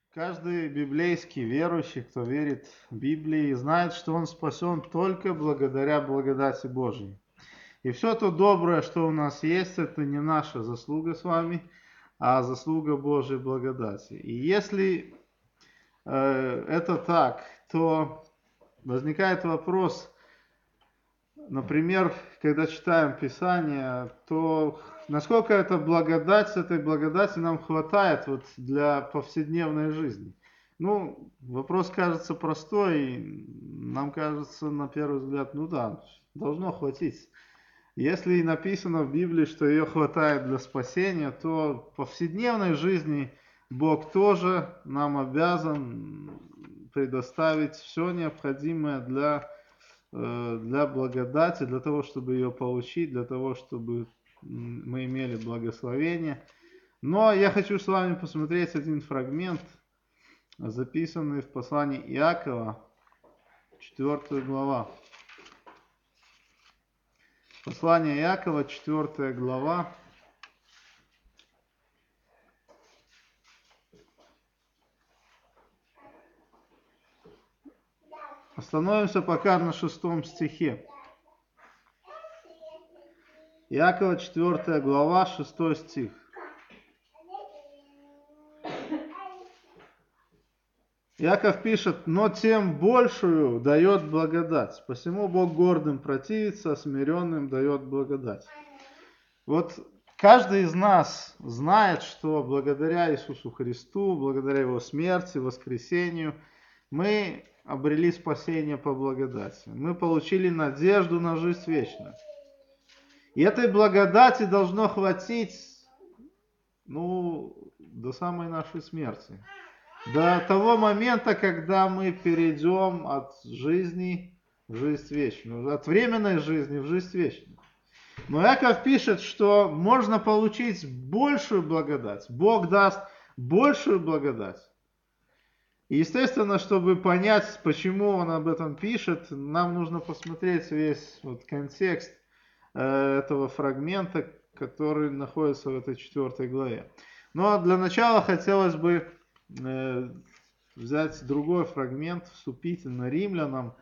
Каждый библейский верующий, кто верит в Библии, знает, что он спасен только благодаря благодати Божьей. И все то доброе, что у нас есть, это не наша заслуга с вами, а заслуга Божьей благодати. И если это так, то возникает вопрос, например, когда читаем Писание, то насколько эта благодать, этой благодати нам хватает вот для повседневной жизни? Ну, вопрос кажется простой, нам кажется на первый взгляд, ну да, должно хватить. Если и написано в Библии, что ее хватает для спасения, то в повседневной жизни Бог тоже нам обязан предоставить все необходимое для благодати, для того, чтобы ее получить, для того, чтобы мы имели благословение. Но я хочу с вами посмотреть один фрагмент, записанный в послании Иакова, 4 глава. Послание Иакова, 4 глава. Остановимся пока на 6 стихе. Иакова, 4 глава, 6 стих. Иаков пишет: «Но тем большую дает благодать. Посему Бог гордым противится, а смиренным дает благодать». Вот каждый из нас знает, что благодаря Иисусу Христу, благодаря Его смерти, воскресению, мы обрели спасение по благодати. Мы получили надежду на жизнь вечную. И этой благодати должно хватить, до самой нашей смерти. До того момента, когда мы перейдем от жизни в жизнь вечную, от временной жизни в жизнь вечную. Но Иаков пишет, что можно получить большую благодать. Бог даст большую благодать. И естественно, чтобы понять, почему он об этом пишет, нам нужно посмотреть весь контекст этого фрагмента, который находится в этой 4 главе. Но для начала хотелось бы взять другой фрагмент, вступительно Римлянам,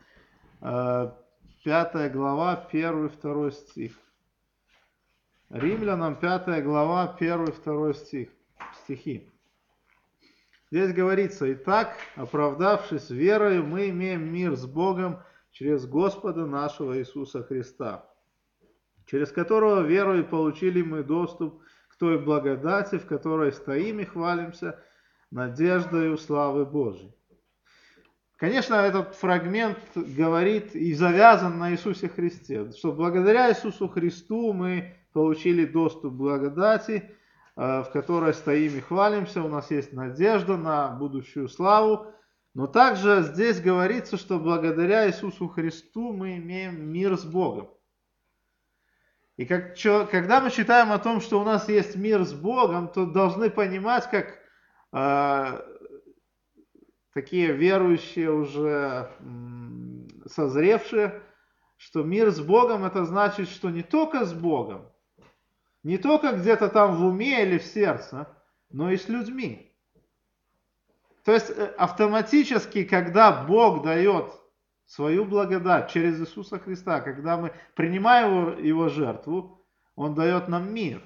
5 глава, 1-2 стих. Римлянам 5 глава, 1-2 стихи. Здесь говорится: «Итак, оправдавшись верою, мы имеем мир с Богом через Господа нашего Иисуса Христа, через которого верою получили мы доступ к той благодати, в которой стоим и хвалимся надеждою славы Божией». Конечно, этот фрагмент говорит и завязан на Иисусе Христе, что благодаря Иисусу Христу мы получили доступ к благодати, в которой стоим и хвалимся, у нас есть надежда на будущую славу. Но также здесь говорится, что благодаря Иисусу Христу мы имеем мир с Богом. И когда мы читаем о том, что у нас есть мир с Богом, то должны понимать, как такие верующие уже созревшие, что мир с Богом — это значит, что не только с Богом, не только где-то там в уме или в сердце, но и с людьми. То есть автоматически, когда Бог дает свою благодать через Иисуса Христа, когда мы принимаем Его жертву, Он дает нам мир.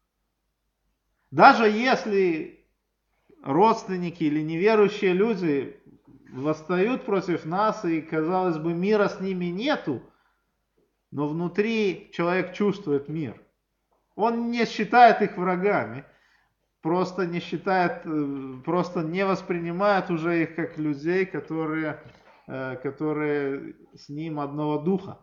Даже если родственники или неверующие люди восстают против нас, и, казалось бы, мира с ними нету, но внутри человек чувствует мир. Он не считает их врагами, просто не воспринимает уже их как людей, которые с ним одного духа.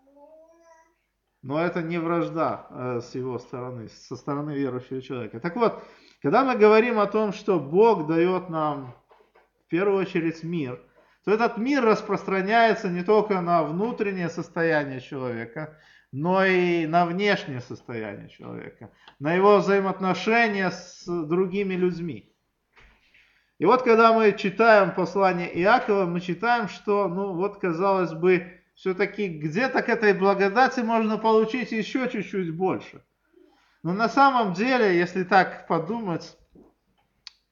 Но это не вражда с его стороны, со стороны верующего человека. Так вот, когда мы говорим о том, что Бог дает нам в первую очередь мир, то этот мир распространяется не только на внутреннее состояние человека, но и на внешнее состояние человека, на его взаимоотношения с другими людьми. И вот когда мы читаем послание Иакова, мы читаем, что, казалось бы, все-таки где-то к этой благодати можно получить еще чуть-чуть больше. Но на самом деле, если так подумать,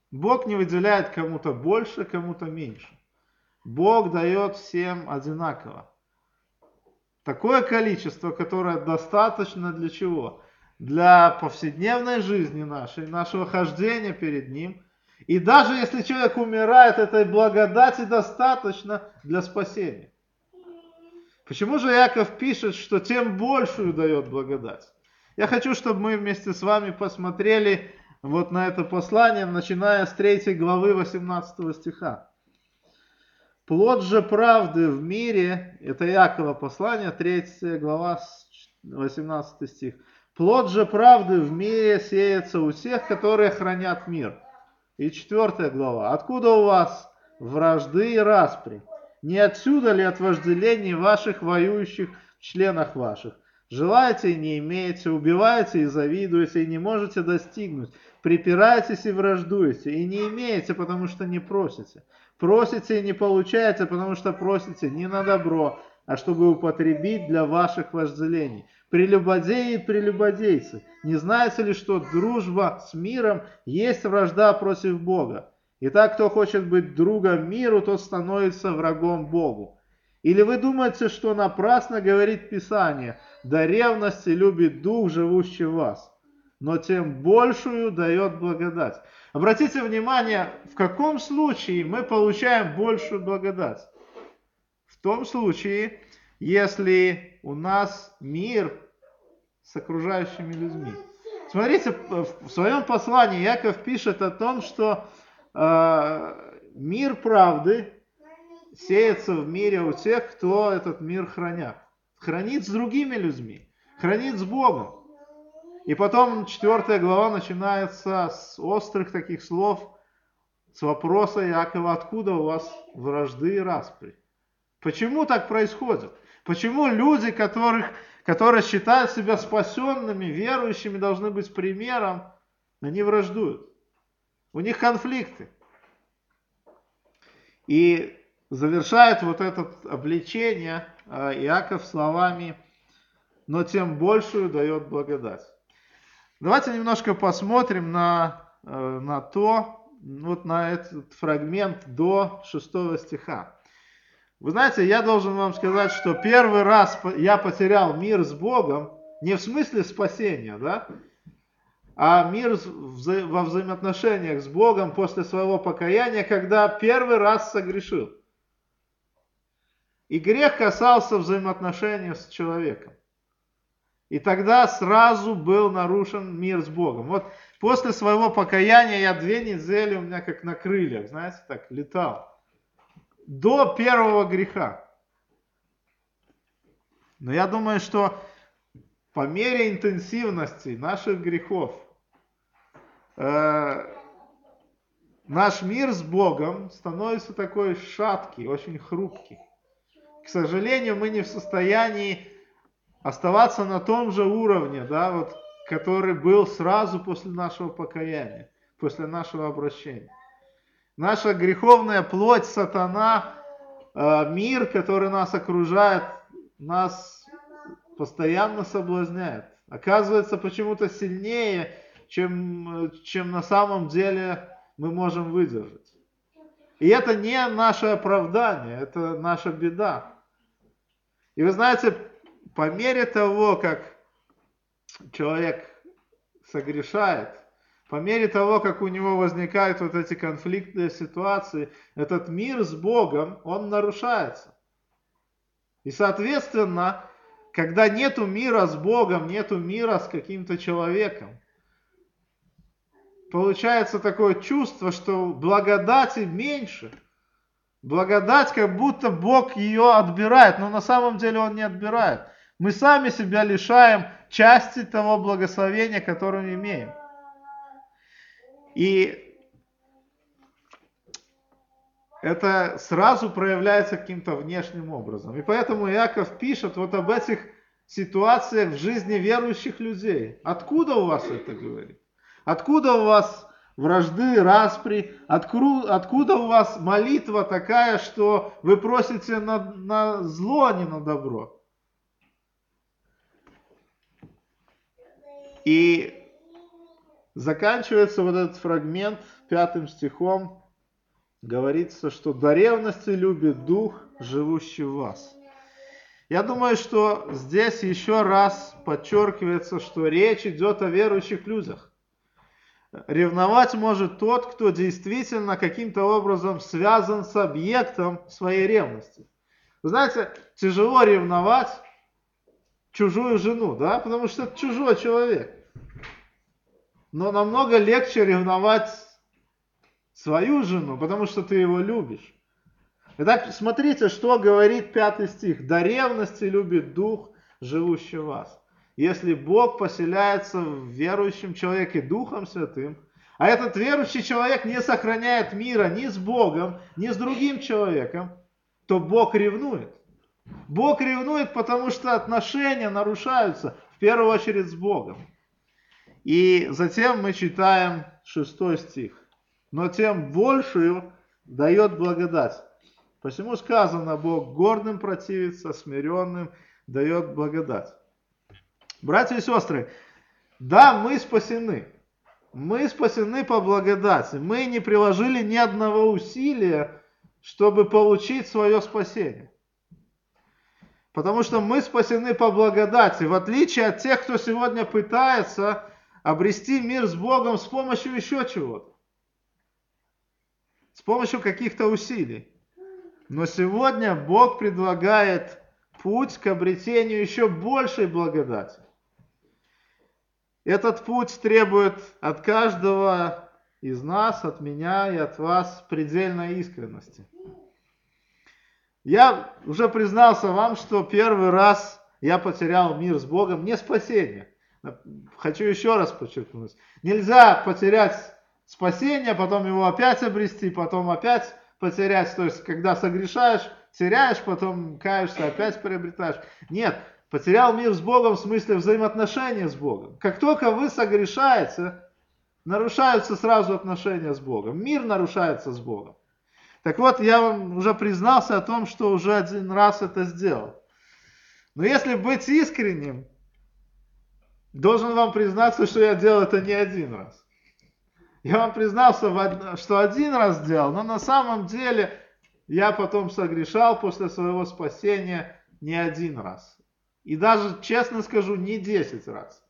Бог не выделяет кому-то больше, кому-то меньше. Бог дает всем одинаково. Такое количество, которое достаточно для чего? Для повседневной жизни нашей, нашего хождения перед Ним. И даже если человек умирает, этой благодати достаточно для спасения. Почему же Иаков пишет, что тем большую дает благодать? Я хочу, чтобы мы вместе с вами посмотрели вот на это послание, начиная с 3 главы 18 стиха. Плод же правды в мире, это Иакова послание, 3 глава, 18 стих. Плод же правды в мире сеется у всех, которые хранят мир. И 4 глава. Откуда у вас вражды и распри? Не отсюда ли от вожделений ваших воюющих в членах ваших? Желаете и не имеете, убиваете и завидуете, и не можете достигнуть. Припираетесь и враждуете, и не имеете, потому что не просите. Просите и не получаете, потому что просите не на добро, а чтобы употребить для ваших вожделений. Прелюбодеи и прелюбодейцы, не знаете ли, что дружба с миром есть вражда против Бога? Итак, кто хочет быть другом миру, тот становится врагом Богу. Или вы думаете, что напрасно говорит Писание, до ревности любит Дух, живущий в вас, но тем большую дает благодать. Обратите внимание, в каком случае мы получаем большую благодать? В том случае, если у нас мир с окружающими людьми. Смотрите, в своем послании Иаков пишет о том, что мир правды сеется в мире у тех, кто этот мир хранят. Хранит с другими людьми, хранит с Богом. И потом 4 глава начинается с острых таких слов, с вопроса Иакова, откуда у вас вражды и распри? Почему так происходит? Почему люди, которые считают себя спасенными, верующими, должны быть примером, они враждуют? У них конфликты. И завершает вот это обличение Иаков словами, но тем большую дает благодать. Давайте немножко посмотрим на этот фрагмент до 6 стиха. Вы знаете, я должен вам сказать, что первый раз я потерял мир с Богом, не в смысле спасения, да, а мир во взаимоотношениях с Богом после своего покаяния, когда первый раз согрешил. И грех касался взаимоотношений с человеком. И тогда сразу был нарушен мир с Богом. Вот после своего покаяния я 2 недели у меня как на крыльях, знаете, так летал. До первого греха. Но я думаю, что по мере интенсивности наших грехов наш мир с Богом становится такой шаткий, очень хрупкий. К сожалению, мы не в состоянии оставаться на том же уровне, да, вот, который был сразу после нашего покаяния, после нашего обращения. Наша греховная плоть, сатана, мир, который нас окружает, нас постоянно соблазняет. Оказывается почему-то сильнее, чем на самом деле мы можем выдержать. И это не наше оправдание, это наша беда. И вы знаете, по мере того, как человек согрешает, по мере того, как у него возникают вот эти конфликтные ситуации, этот мир с Богом, он нарушается. И, соответственно, когда нету мира с Богом, нету мира с каким-то человеком, получается такое чувство, что благодати меньше. Благодать, как будто Бог ее отбирает, но на самом деле Он не отбирает. Мы сами себя лишаем части того благословения, которое мы имеем. И это сразу проявляется каким-то внешним образом. И поэтому Иаков пишет вот об этих ситуациях в жизни верующих людей. Откуда у вас это говорит? Откуда у вас вражды, распри? Откуда у вас молитва такая, что вы просите на зло, а не на добро? И заканчивается вот этот фрагмент 5 стихом говорится, что до ревности любит Дух, живущий в вас. Я думаю, что здесь еще раз подчеркивается, что речь идет о верующих людях. Ревновать может тот, кто действительно каким-то образом связан с объектом своей ревности. Вы знаете, тяжело ревновать чужую жену, да, потому что это чужой человек. Но намного легче ревновать свою жену, потому что ты его любишь. Итак, смотрите, что говорит 5 стих. «До ревности любит Дух, живущий в вас». Если Бог поселяется в верующем человеке Духом Святым, а этот верующий человек не сохраняет мира ни с Богом, ни с другим человеком, то Бог ревнует. Бог ревнует, потому что отношения нарушаются, в первую очередь, с Богом. И затем мы читаем 6 стих. «Но тем большую дает благодать. Посему сказано, Бог гордым противится, смиренным дает благодать». Братья и сестры, да, мы спасены. Мы спасены по благодати. Мы не приложили ни одного усилия, чтобы получить свое спасение. Потому что мы спасены по благодати, в отличие от тех, кто сегодня пытается обрести мир с Богом с помощью еще чего-то. С помощью каких-то усилий. Но сегодня Бог предлагает путь к обретению еще большей благодати. Этот путь требует от каждого из нас, от меня и от вас предельной искренности. Я уже признался вам, что первый раз я потерял мир с Богом, не спасение. Хочу еще раз подчеркнуть. Нельзя потерять спасение, потом его опять обрести, потом опять потерять. То есть, когда согрешаешь, теряешь, потом каешься, опять приобретаешь. Нет, потерял мир с Богом в смысле взаимоотношения с Богом. Как только вы согрешаете, нарушаются сразу отношения с Богом. Мир нарушается с Богом. Так вот, я вам уже признался о том, что уже один раз это сделал. Но если быть искренним, должен вам признаться, что я делал это не один раз. Я вам признался, что один раз сделал, но на самом деле я потом согрешал после своего спасения не один раз. И даже, честно скажу, не 10 раз.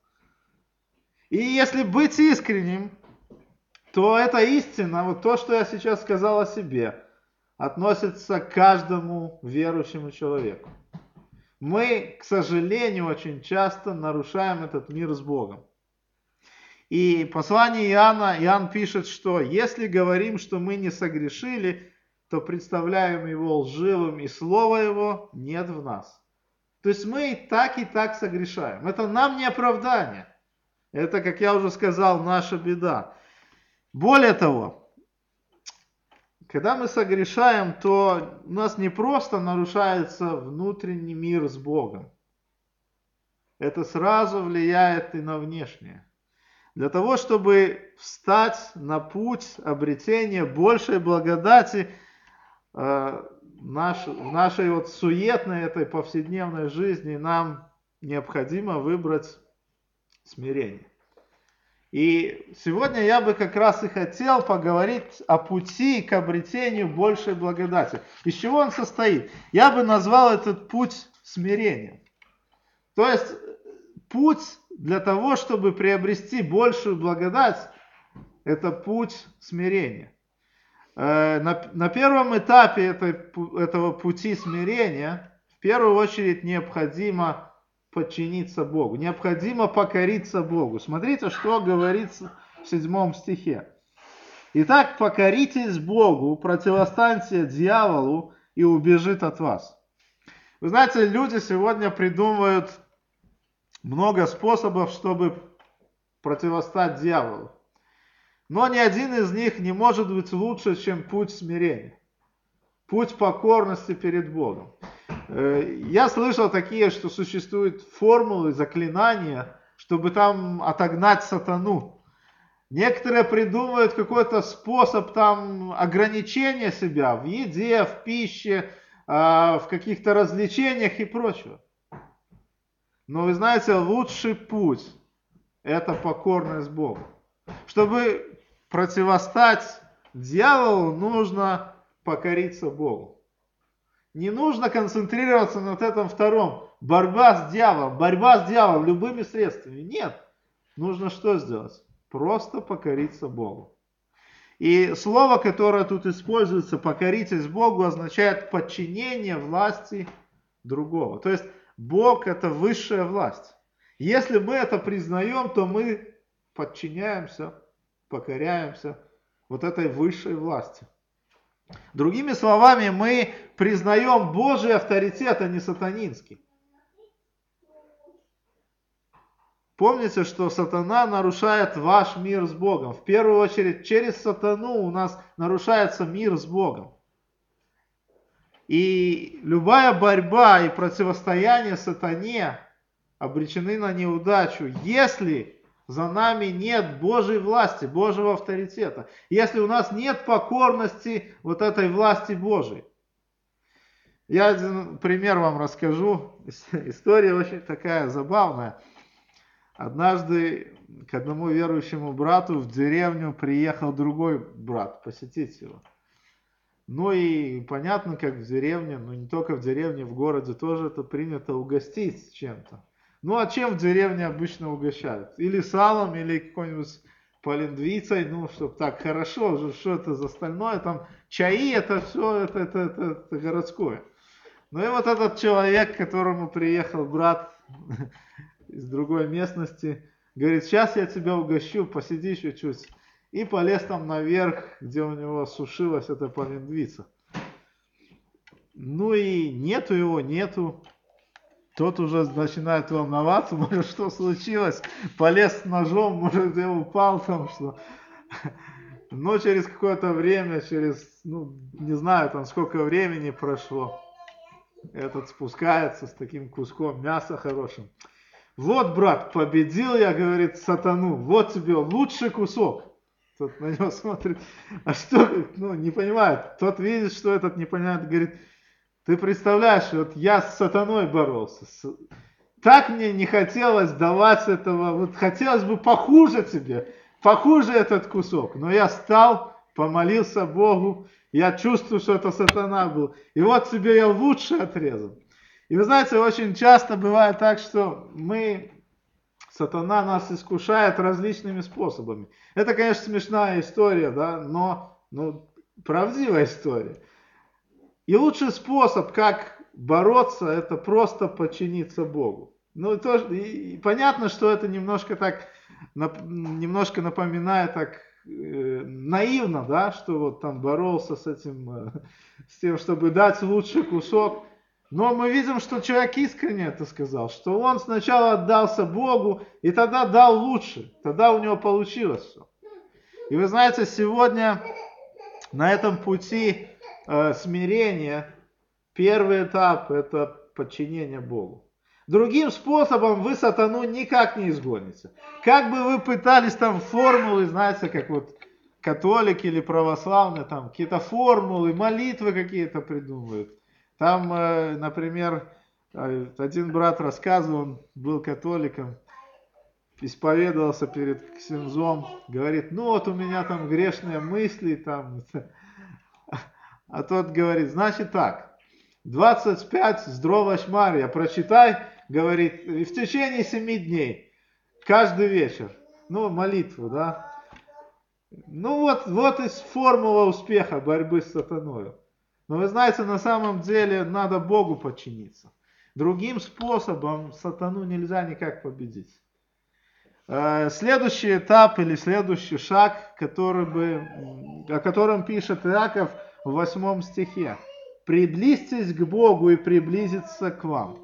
И если быть искренним, то эта истина, вот то, что я сейчас сказал о себе, относится к каждому верующему человеку. Мы, к сожалению, очень часто нарушаем этот мир с Богом. И послание Иоанн пишет, что если говорим, что мы не согрешили, то представляем его лживым, и слова его нет в нас. То есть мы и так согрешаем. Это нам не оправдание. Это, как я уже сказал, наша беда. Более того, когда мы согрешаем, то у нас не просто нарушается внутренний мир с Богом. Это сразу влияет и на внешнее. Для того, чтобы встать на путь обретения большей благодати в нашей вот суетной этой повседневной жизни, нам необходимо выбрать смирение. И сегодня я бы как раз и хотел поговорить о пути к обретению большей благодати. Из чего он состоит? Я бы назвал этот путь смирением. То есть путь для того, чтобы приобрести большую благодать, это путь смирения. На первом этапе этого пути смирения в первую очередь необходимо подчиниться Богу. Необходимо покориться Богу. Смотрите, что говорится в 7 стихе. «Итак, покоритесь Богу, противостаньте дьяволу, и убежит от вас». Вы знаете, люди сегодня придумывают много способов, чтобы противостать дьяволу. Но ни один из них не может быть лучше, чем путь смирения. Путь покорности перед Богом. Я слышал такие, что существуют формулы, заклинания, чтобы там отогнать сатану. Некоторые придумывают какой-то способ там ограничения себя в еде, в пище, в каких-то развлечениях и прочего. Но вы знаете, лучший путь – это покорность Богу. Чтобы противостать дьяволу, нужно покориться Богу. Не нужно концентрироваться на этом втором. Борьба с дьяволом любыми средствами. Нет. Нужно что сделать? Просто покориться Богу. И слово, которое тут используется, покоритесь Богу, означает подчинение власти другого. То есть Бог это высшая власть. Если мы это признаем, то мы подчиняемся, покоряемся вот этой высшей власти. Другими словами, мы признаем Божий авторитет, а не сатанинский. Помните, что сатана нарушает ваш мир с Богом. В первую очередь, через сатану у нас нарушается мир с Богом. И любая борьба и противостояние сатане обречены на неудачу, если за нами нет Божьей власти, Божьего авторитета. Если у нас нет покорности вот этой власти Божьей. Я один пример вам расскажу. История очень такая забавная. Однажды к одному верующему брату в деревню приехал другой брат посетить его. Ну и понятно, как в деревне, но не только в деревне, в городе тоже это принято угостить чем-то. Ну а чем в деревне обычно угощают? Или салом, или какой-нибудь полиндвицей, ну чтобы так хорошо, что это за остальное, там чаи, это все, это городское. Ну и вот этот человек, к которому приехал брат из другой местности, говорит, сейчас я тебя угощу, посиди еще чуть. И полез там наверх, где у него сушилась эта полиндвица. Ну и нету. Тот уже начинает волноваться, может что случилось, полез с ножом, может где упал там что. Но через какое-то время, не знаю там сколько времени прошло, этот спускается с таким куском мяса хорошим. Вот, брат, победил я, говорит, сатану, вот тебе лучший кусок. Тот на него смотрит, а что, не понимает. Тот видит, что этот не понимает, говорит, ты представляешь, вот я с сатаной боролся. Так мне не хотелось давать этого, вот хотелось бы похуже тебе, похуже этот кусок. Но я стал, помолился Богу, я чувствую, что это сатана был. И вот тебе я лучше отрезал. И вы знаете, очень часто бывает так, что сатана нас искушает различными способами. Это, конечно, смешная история, да, но правдивая история. И лучший способ, как бороться, это просто подчиниться Богу. И понятно, что это немножко напоминает так наивно, да, что вот там боролся с тем, чтобы дать лучший кусок. Но мы видим, что человек искренне это сказал, что он сначала отдался Богу и тогда дал лучше, тогда у него получилось все. И вы знаете, сегодня на этом пути смирения первый этап это подчинение Богу. Другим способом вы сатану никак не изгоните. Как бы вы пытались там формулы, знаете, как вот католики или православные, там какие-то формулы, молитвы какие-то придумывают. Там, например, один брат рассказывал, он был католиком, исповедовался перед ксензом, говорит, вот у меня там грешные мысли, там. А тот говорит, значит так, 25 здравоч Мария прочитай, говорит, и в течение 7 дней, каждый вечер, молитву, да. Вот и формула успеха борьбы с сатаной. Но вы знаете, на самом деле надо Богу подчиниться. Другим способом сатану нельзя никак победить. Следующий этап или следующий шаг, о котором пишет Иаков в 8 стихе. Приблизьтесь к Богу и приблизиться к вам.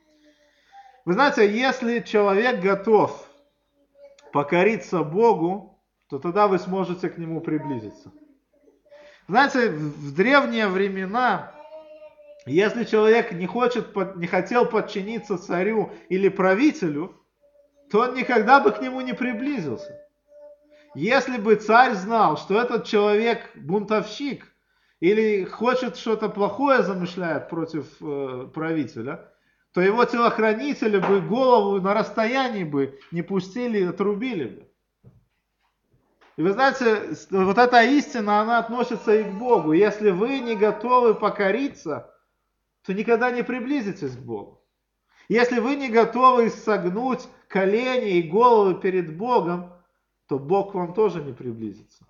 Вы знаете, если человек готов покориться Богу, то тогда вы сможете к Нему приблизиться. Знаете, в древние времена, если человек не хотел подчиниться царю или правителю, то он никогда бы к нему не приблизился. Если бы царь знал, что этот человек бунтовщик или хочет что-то плохое замышляет против правителя, то его телохранители бы голову на расстоянии бы не пустили и отрубили бы. И вы знаете, вот эта истина, она относится и к Богу. Если вы не готовы покориться, то никогда не приблизитесь к Богу. Если вы не готовы согнуть колени и головы перед Богом, то Бог к вам тоже не приблизится.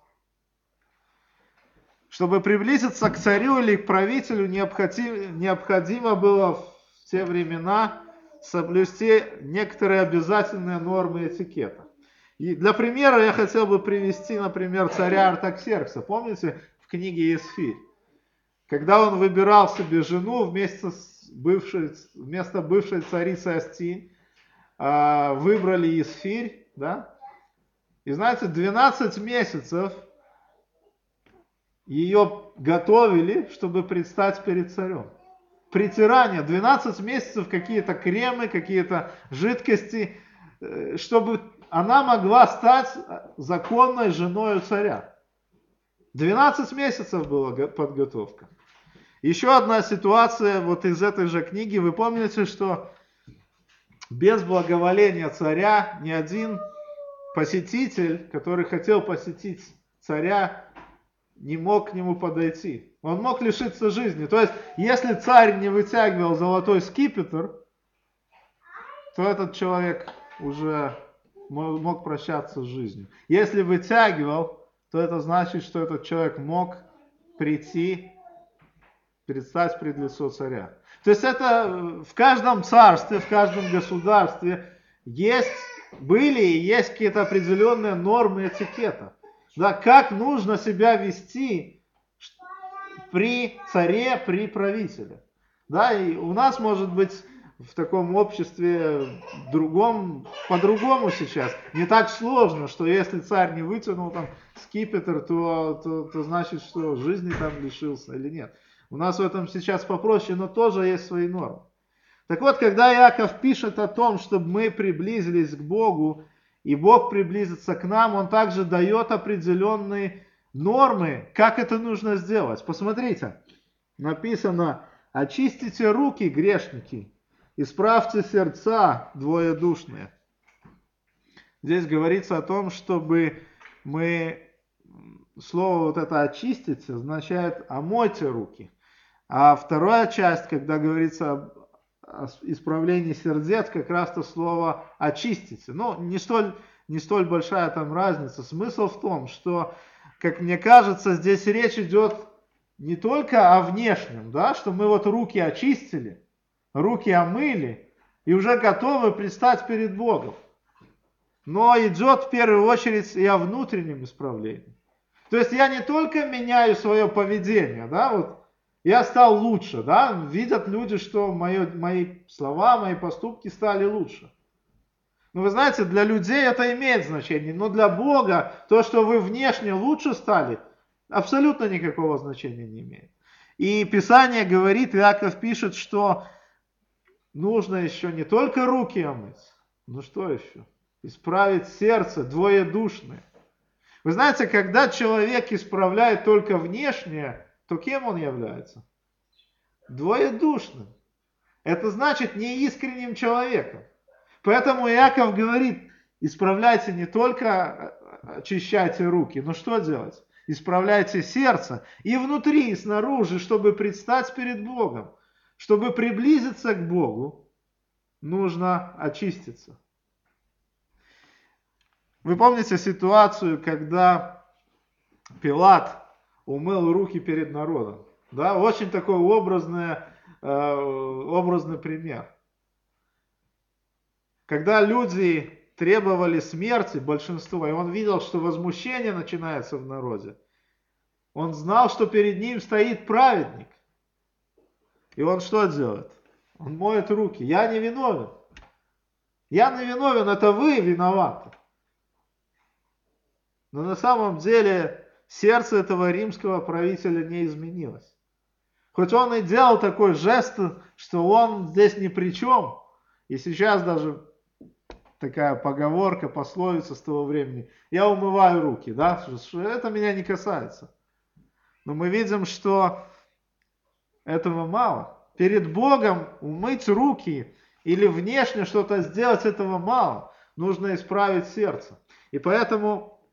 Чтобы приблизиться к царю или к правителю, необходимо было в те времена соблюсти некоторые обязательные нормы этикета. И для примера я хотел бы привести, например, царя Артаксеркса. Помните в книге Есфирь? Когда он выбирал себе жену вместо бывшей царицы Астинь, выбрали Есфирь, да? И знаете, 12 месяцев ее готовили, чтобы предстать перед царем. Притирание, 12 месяцев какие-то кремы, какие-то жидкости, чтобы она могла стать законной женой царя. 12 месяцев была подготовка. Еще одна ситуация вот из этой же книги. Вы помните, что без благоволения царя ни один посетитель, который хотел посетить царя, не мог к нему подойти. Он мог лишиться жизни. То есть, если царь не вытягивал золотой скипетр, то этот человек уже мог прощаться с жизнью. Если вытягивал, то это значит, что этот человек мог прийти, предстать пред лицо царя. То есть это в каждом царстве, в каждом государстве были и есть какие-то определенные нормы этикета. Да, как нужно себя вести при царе, при правителе. Да, и у нас может быть в таком обществе по-другому сейчас. Не так сложно, что если царь не вытянул там скипетр, то значит, что жизни там лишился или нет. У нас в этом сейчас попроще, но тоже есть свои нормы. Так вот, когда Иаков пишет о том, чтобы мы приблизились к Богу, и Бог приблизится к нам, Он также дает определенные нормы, как это нужно сделать. Посмотрите, написано: очистите руки, грешники, исправьте сердца, двоедушные. Здесь говорится о том, чтобы слово вот это очистить означает омойте руки. А вторая часть, когда говорится о исправлении сердец, как раз то слово очистите. Но не столь большая там разница. Смысл в том, что, как мне кажется, здесь речь идет не только о внешнем, да, что мы вот руки очистили, руки омыли и уже готовы предстать перед Богом. Но идет в первую очередь и о внутреннем исправлении. То есть я не только меняю свое поведение, да, вот я стал лучше, да, видят люди, что мои слова, мои поступки стали лучше. Но вы знаете, для людей это имеет значение, но для Бога то, что вы внешне лучше стали, абсолютно никакого значения не имеет. И Писание говорит, Иаков пишет, что нужно еще не только руки омыть, но что еще? Исправить сердце двоедушное. Вы знаете, когда человек исправляет только внешнее, то кем он является? Двоедушным. Это значит неискренним человеком. Поэтому Иаков говорит, исправляйте не только, очищайте руки, но что делать? Исправляйте сердце и внутри, и снаружи, чтобы предстать перед Богом. Чтобы приблизиться к Богу, нужно очиститься. Вы помните ситуацию, когда Пилат умыл руки перед народом? Да, очень такой образный пример. Когда люди требовали смерти, большинство, и он видел, что возмущение начинается в народе, он знал, что перед ним стоит праведник. И он что делает? Он моет руки. Я не виновен. Я не виновен, это вы виноваты. Но на самом деле сердце этого римского правителя не изменилось. Хоть он и делал такой жест, что он здесь ни при чем. И сейчас даже такая поговорка, пословица с того времени. Я умываю руки, да, что это меня не касается. Но мы видим, что этого мало. Перед Богом умыть руки или внешне что-то сделать, этого мало. Нужно исправить сердце. И поэтому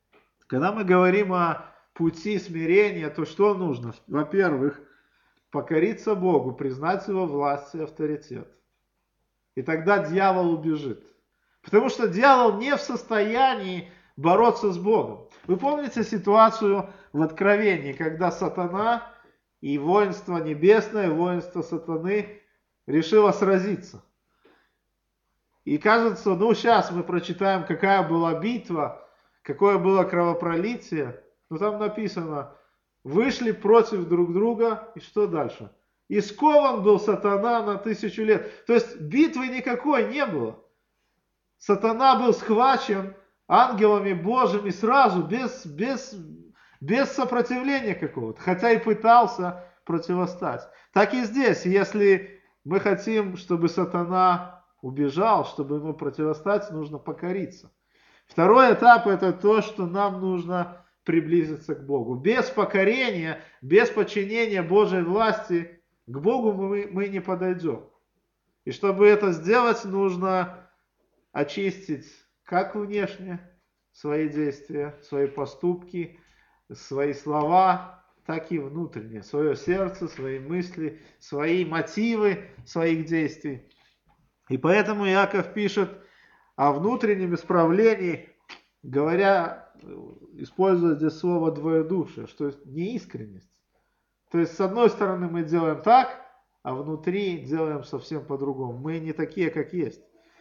Когда мы говорим о пути смирения, то что нужно? Во-первых, покориться Богу, признать Его власть и авторитет. И тогда дьявол убежит. Потому что дьявол не в состоянии бороться с Богом. Вы помните ситуацию в Откровении, когда сатана и воинство небесное, воинство сатаны решило сразиться. И кажется, сейчас мы прочитаем, какая была битва, какое было кровопролитие. Но там написано, вышли против друг друга, и что дальше? И скован был сатана на 1000 лет. То есть битвы никакой не было. Сатана был схвачен ангелами Божьими сразу, без сопротивления какого-то, хотя и пытался противостать. Так и здесь, если мы хотим, чтобы сатана убежал, чтобы ему противостать, нужно покориться. Второй этап — это то, что нам нужно приблизиться к Богу. Без покорения, без подчинения Божьей власти к Богу мы не подойдем. И чтобы это сделать, нужно очистить как внешне свои действия, свои поступки, свои слова, так и внутренне, свое сердце, свои мысли, свои мотивы своих действий. И поэтому Иаков пишет о внутреннем исправлении, говоря, используя здесь слово двоедушие, что есть неискренность. То есть, с одной стороны, мы делаем так, а внутри делаем совсем по-другому. Мы не такие, как есть.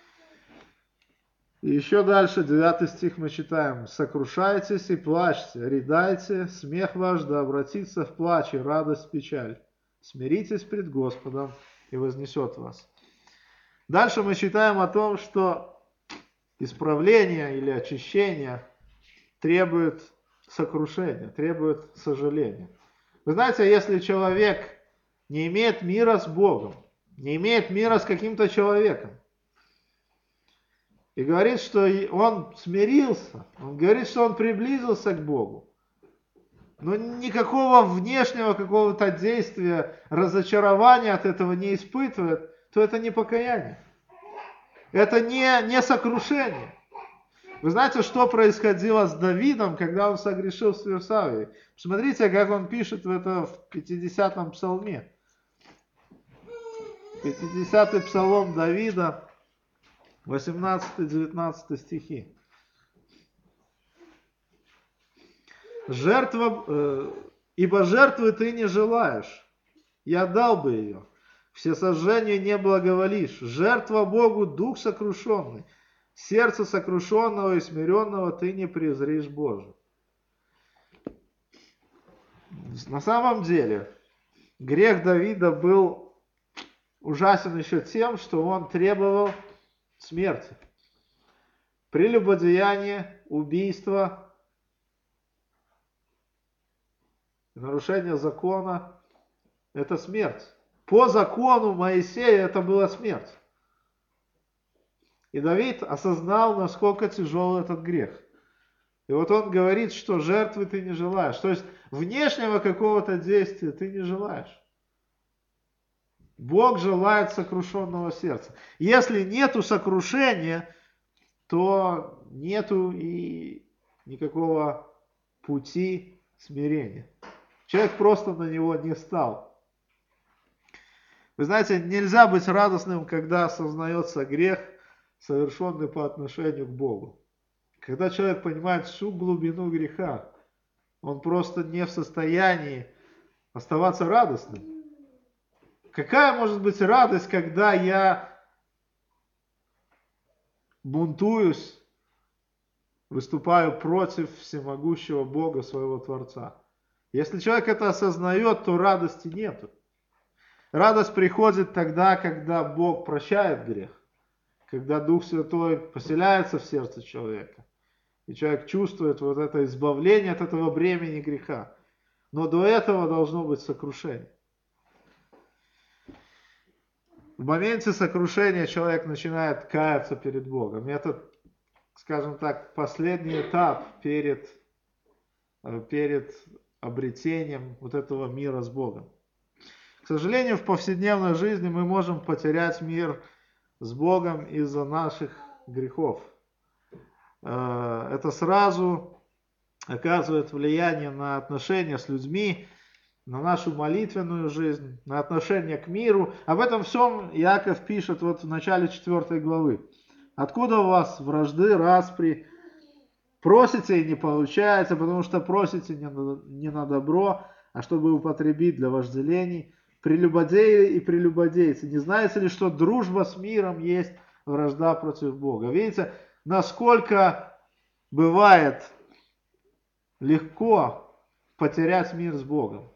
И еще дальше, 9 стих мы читаем. «Сокрушайтесь и плачьте, ридайте, смех ваш да обратится в плач и радость в печаль. Смиритесь пред Господом, и вознесет вас». Дальше мы читаем о том, что исправление или очищение требует сокрушения, требует сожаления. Вы знаете, если человек не имеет мира с Богом, не имеет мира с каким-то человеком, и говорит, что он смирился, он говорит, что он приблизился к Богу, но никакого внешнего какого-то действия, разочарования от этого не испытывает, то это не покаяние. Это не сокрушение. Вы знаете, что происходило с Давидом, когда он согрешил с Версавией? Посмотрите, как он пишет это в 50-м псалме. 50-й псалом Давида, 18-19 стихи. «Ибо жертвы ты не желаешь, я дал бы ее. Всесожжению не благоволишь. Жертва Богу дух сокрушенный. Сердце сокрушенного и смиренного ты не презришь, Боже». На самом деле, грех Давида был ужасен еще тем, что он требовал смерти. Прелюбодеяние, убийство, нарушение закона – это смерть. По закону Моисея это была смерть. И Давид осознал, насколько тяжел этот грех. И вот он говорит, что жертвы ты не желаешь. То есть внешнего какого-то действия ты не желаешь. Бог желает сокрушенного сердца. Если нету сокрушения, то нету и никакого пути смирения. Человек просто на него не стал. Вы знаете, нельзя быть радостным, когда осознается грех, совершенный по отношению к Богу. Когда человек понимает всю глубину греха, он просто не в состоянии оставаться радостным. Какая может быть радость, когда я бунтуюсь, выступаю против всемогущего Бога, своего Творца? Если человек это осознает, то радости нету. Радость приходит тогда, когда Бог прощает грех, когда Дух Святой поселяется в сердце человека, и человек чувствует вот это избавление от этого бремени греха. Но до этого должно быть сокрушение. В моменте сокрушения человек начинает каяться перед Богом. Это, скажем так, последний этап перед обретением вот этого мира с Богом. К сожалению, в повседневной жизни мы можем потерять мир с Богом из-за наших грехов. Это сразу оказывает влияние на отношения с людьми, на нашу молитвенную жизнь, на отношение к миру. Об этом всем Иаков пишет вот в начале 4 главы. Откуда у вас вражды, распри? Просите и не получается, потому что просите не на добро, а чтобы употребить для вожделений. Прелюбодеи и прелюбодейцы, не знаете ли, что дружба с миром есть вражда против Бога? Видите, насколько бывает легко потерять мир с Богом.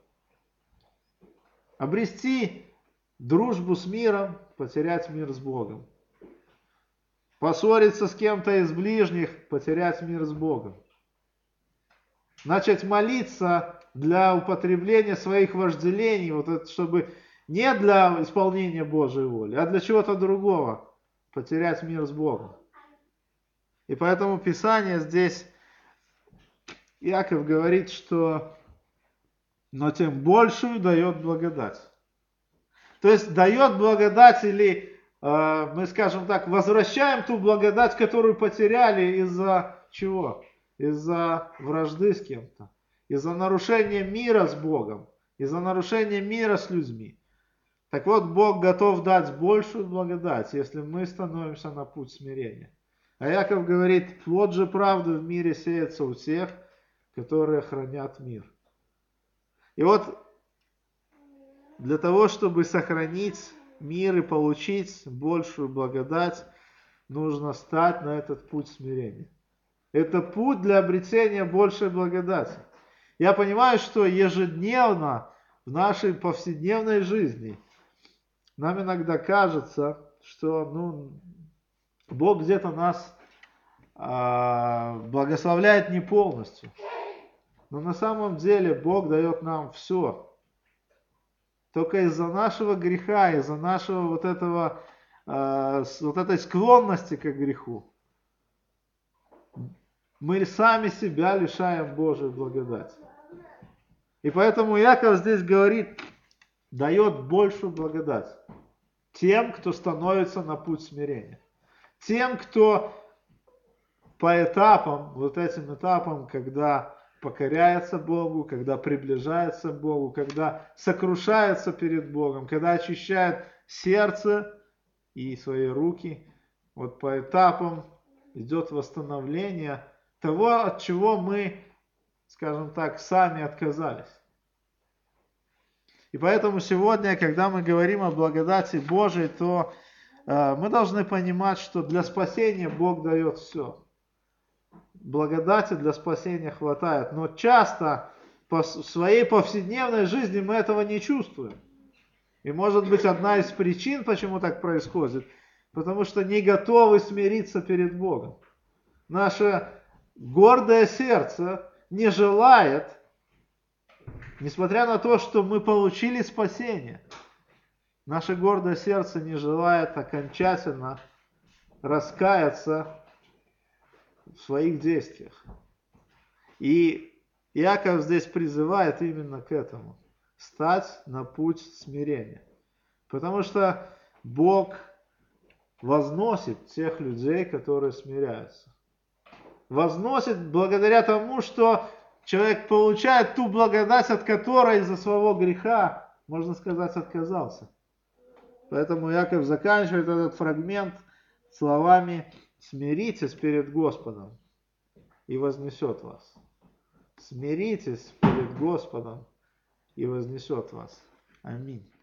Обрести дружбу с миром, потерять мир с Богом. Поссориться с кем-то из ближних, потерять мир с Богом. Начать молиться для употребления своих вожделений, вот это, чтобы не для исполнения Божьей воли, а для чего-то другого, потерять мир с Богом. И поэтому Писание здесь, Иаков говорит, что но тем большую дает благодать. То есть дает благодать или, мы скажем так, возвращаем ту благодать, которую потеряли из-за чего? Из-за вражды с кем-то, из-за нарушения мира с Богом, из-за нарушения мира с людьми. Так вот, Бог готов дать большую благодать, если мы становимся на путь смирения. А Иаков говорит, плод же правды в мире сеется у тех, которые хранят мир. И вот для того, чтобы сохранить мир и получить большую благодать, нужно стать на этот путь смирения. Это путь для обретения большей благодати. Я понимаю, что ежедневно в нашей повседневной жизни нам иногда кажется, что Бог где-то нас благословляет не полностью. Но на самом деле Бог дает нам все. Только из-за нашего греха, из-за нашего вот этой склонности к греху, мы сами себя лишаем Божьей благодати. И поэтому Иаков здесь говорит, дает большую благодать тем, кто становится на путь смирения. Тем, кто по этапам, вот этим этапам, когда покоряется Богу, когда приближается к Богу, когда сокрушается перед Богом, когда очищает сердце и свои руки, вот по этапам идет восстановление того, от чего мы, скажем так, сами отказались. И поэтому сегодня, когда мы говорим о благодати Божией, то мы должны понимать, что для спасения Бог дает все. Благодати для спасения хватает, но часто в своей повседневной жизни мы этого не чувствуем. И может быть одна из причин, почему так происходит, потому что не готовы смириться перед Богом. Наше гордое сердце не желает, несмотря на то, что мы получили спасение, наше гордое сердце не желает окончательно раскаяться в своих действиях. И Иаков здесь призывает именно к этому. Стать на путь смирения. Потому что Бог возносит тех людей, которые смиряются. Возносит благодаря тому, что человек получает ту благодать, от которой из-за своего греха, можно сказать, отказался. Поэтому Иаков заканчивает этот фрагмент словами: смиритесь перед Господом, и вознесет вас. Смиритесь перед Господом, и вознесет вас. Аминь.